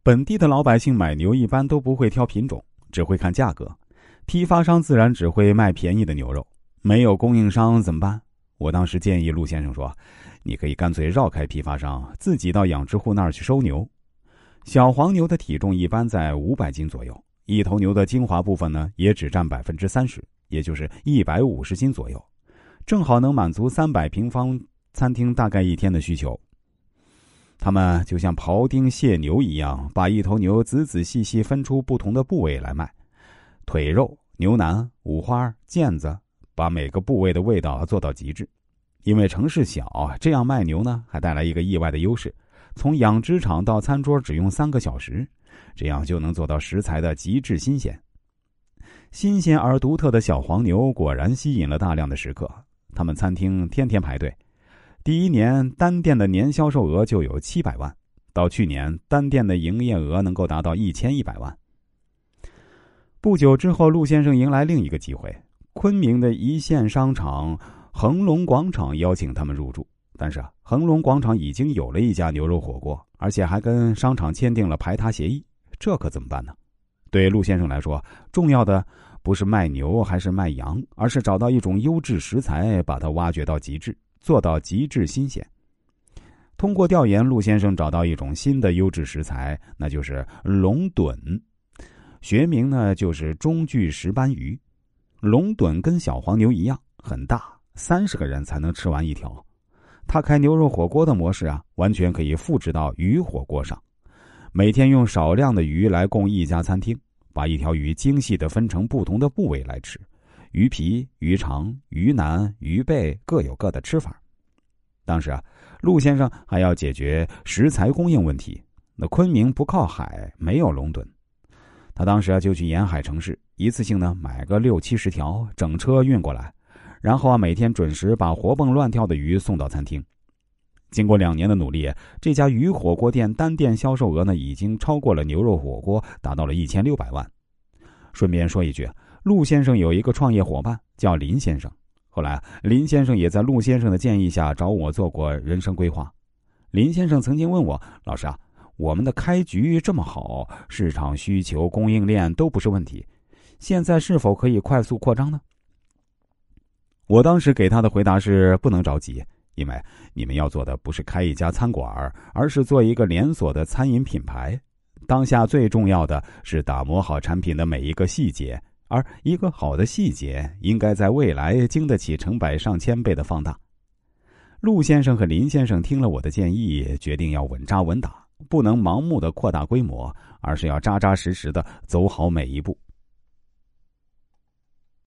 本地的老百姓买牛一般都不会挑品种，只会看价格，批发商自然只会卖便宜的牛肉，没有供应商怎么办？我当时建议陆先生说，你可以干脆绕开批发商，自己到养殖户那儿去收牛。小黄牛的体重一般在500斤左右，一头牛的精华部分呢也只占30%，也就是150斤左右，正好能满足300平方餐厅大概一天的需求。他们就像庖丁解牛一样，把一头牛仔仔细细分出不同的部位来卖，腿肉、牛腩、五花、腱子，把每个部位的味道做到极致。因为城市小，这样卖牛呢还带来一个意外的优势，从养殖场到餐桌只用3个小时，这样就能做到食材的极致新鲜。新鲜而独特的小黄牛果然吸引了大量的食客，他们餐厅天天排队。第一年单店的年销售额就有700万，到去年单店的营业额能够达到1100万。不久之后，陆先生迎来另一个机会，昆明的一线商场恒隆广场邀请他们入驻，但是恒隆广场已经有了一家牛肉火锅，而且还跟商场签订了排他协议，这可怎么办呢？对陆先生来说，重要的不是卖牛还是卖羊，而是找到一种优质食材，把它挖掘到极致，做到极致新鲜。通过调研，陆先生找到一种新的优质食材，那就是龙趸，学名呢就是中距石斑鱼。龙趸跟小黄牛一样很大，30个人才能吃完一条。他开牛肉火锅的模式完全可以复制到鱼火锅上。每天用少量的鱼来供一家餐厅，把一条鱼精细地分成不同的部位来吃，鱼皮、鱼肠、鱼腩、鱼背各有各的吃法。当时陆先生还要解决食材供应问题，那昆明不靠海，没有龙趸。他当时就去沿海城市，一次性呢买个60-70条，整车运过来，然后每天准时把活蹦乱跳的鱼送到餐厅。经过2年的努力，这家鱼火锅店单店销售额呢已经超过了牛肉火锅，达到了1600万。顺便说一句，陆先生有一个创业伙伴叫林先生，后来林先生也在陆先生的建议下找我做过人生规划。林先生曾经问我，老师我们的开局这么好，市场需求、供应链都不是问题，现在是否可以快速扩张呢？我当时给他的回答是，不能着急，因为你们要做的不是开一家餐馆，而是做一个连锁的餐饮品牌。当下最重要的是打磨好产品的每一个细节，而一个好的细节应该在未来经得起成百上千倍的放大。陆先生和林先生听了我的建议，决定要稳扎稳打，不能盲目的扩大规模，而是要扎扎实实的走好每一步。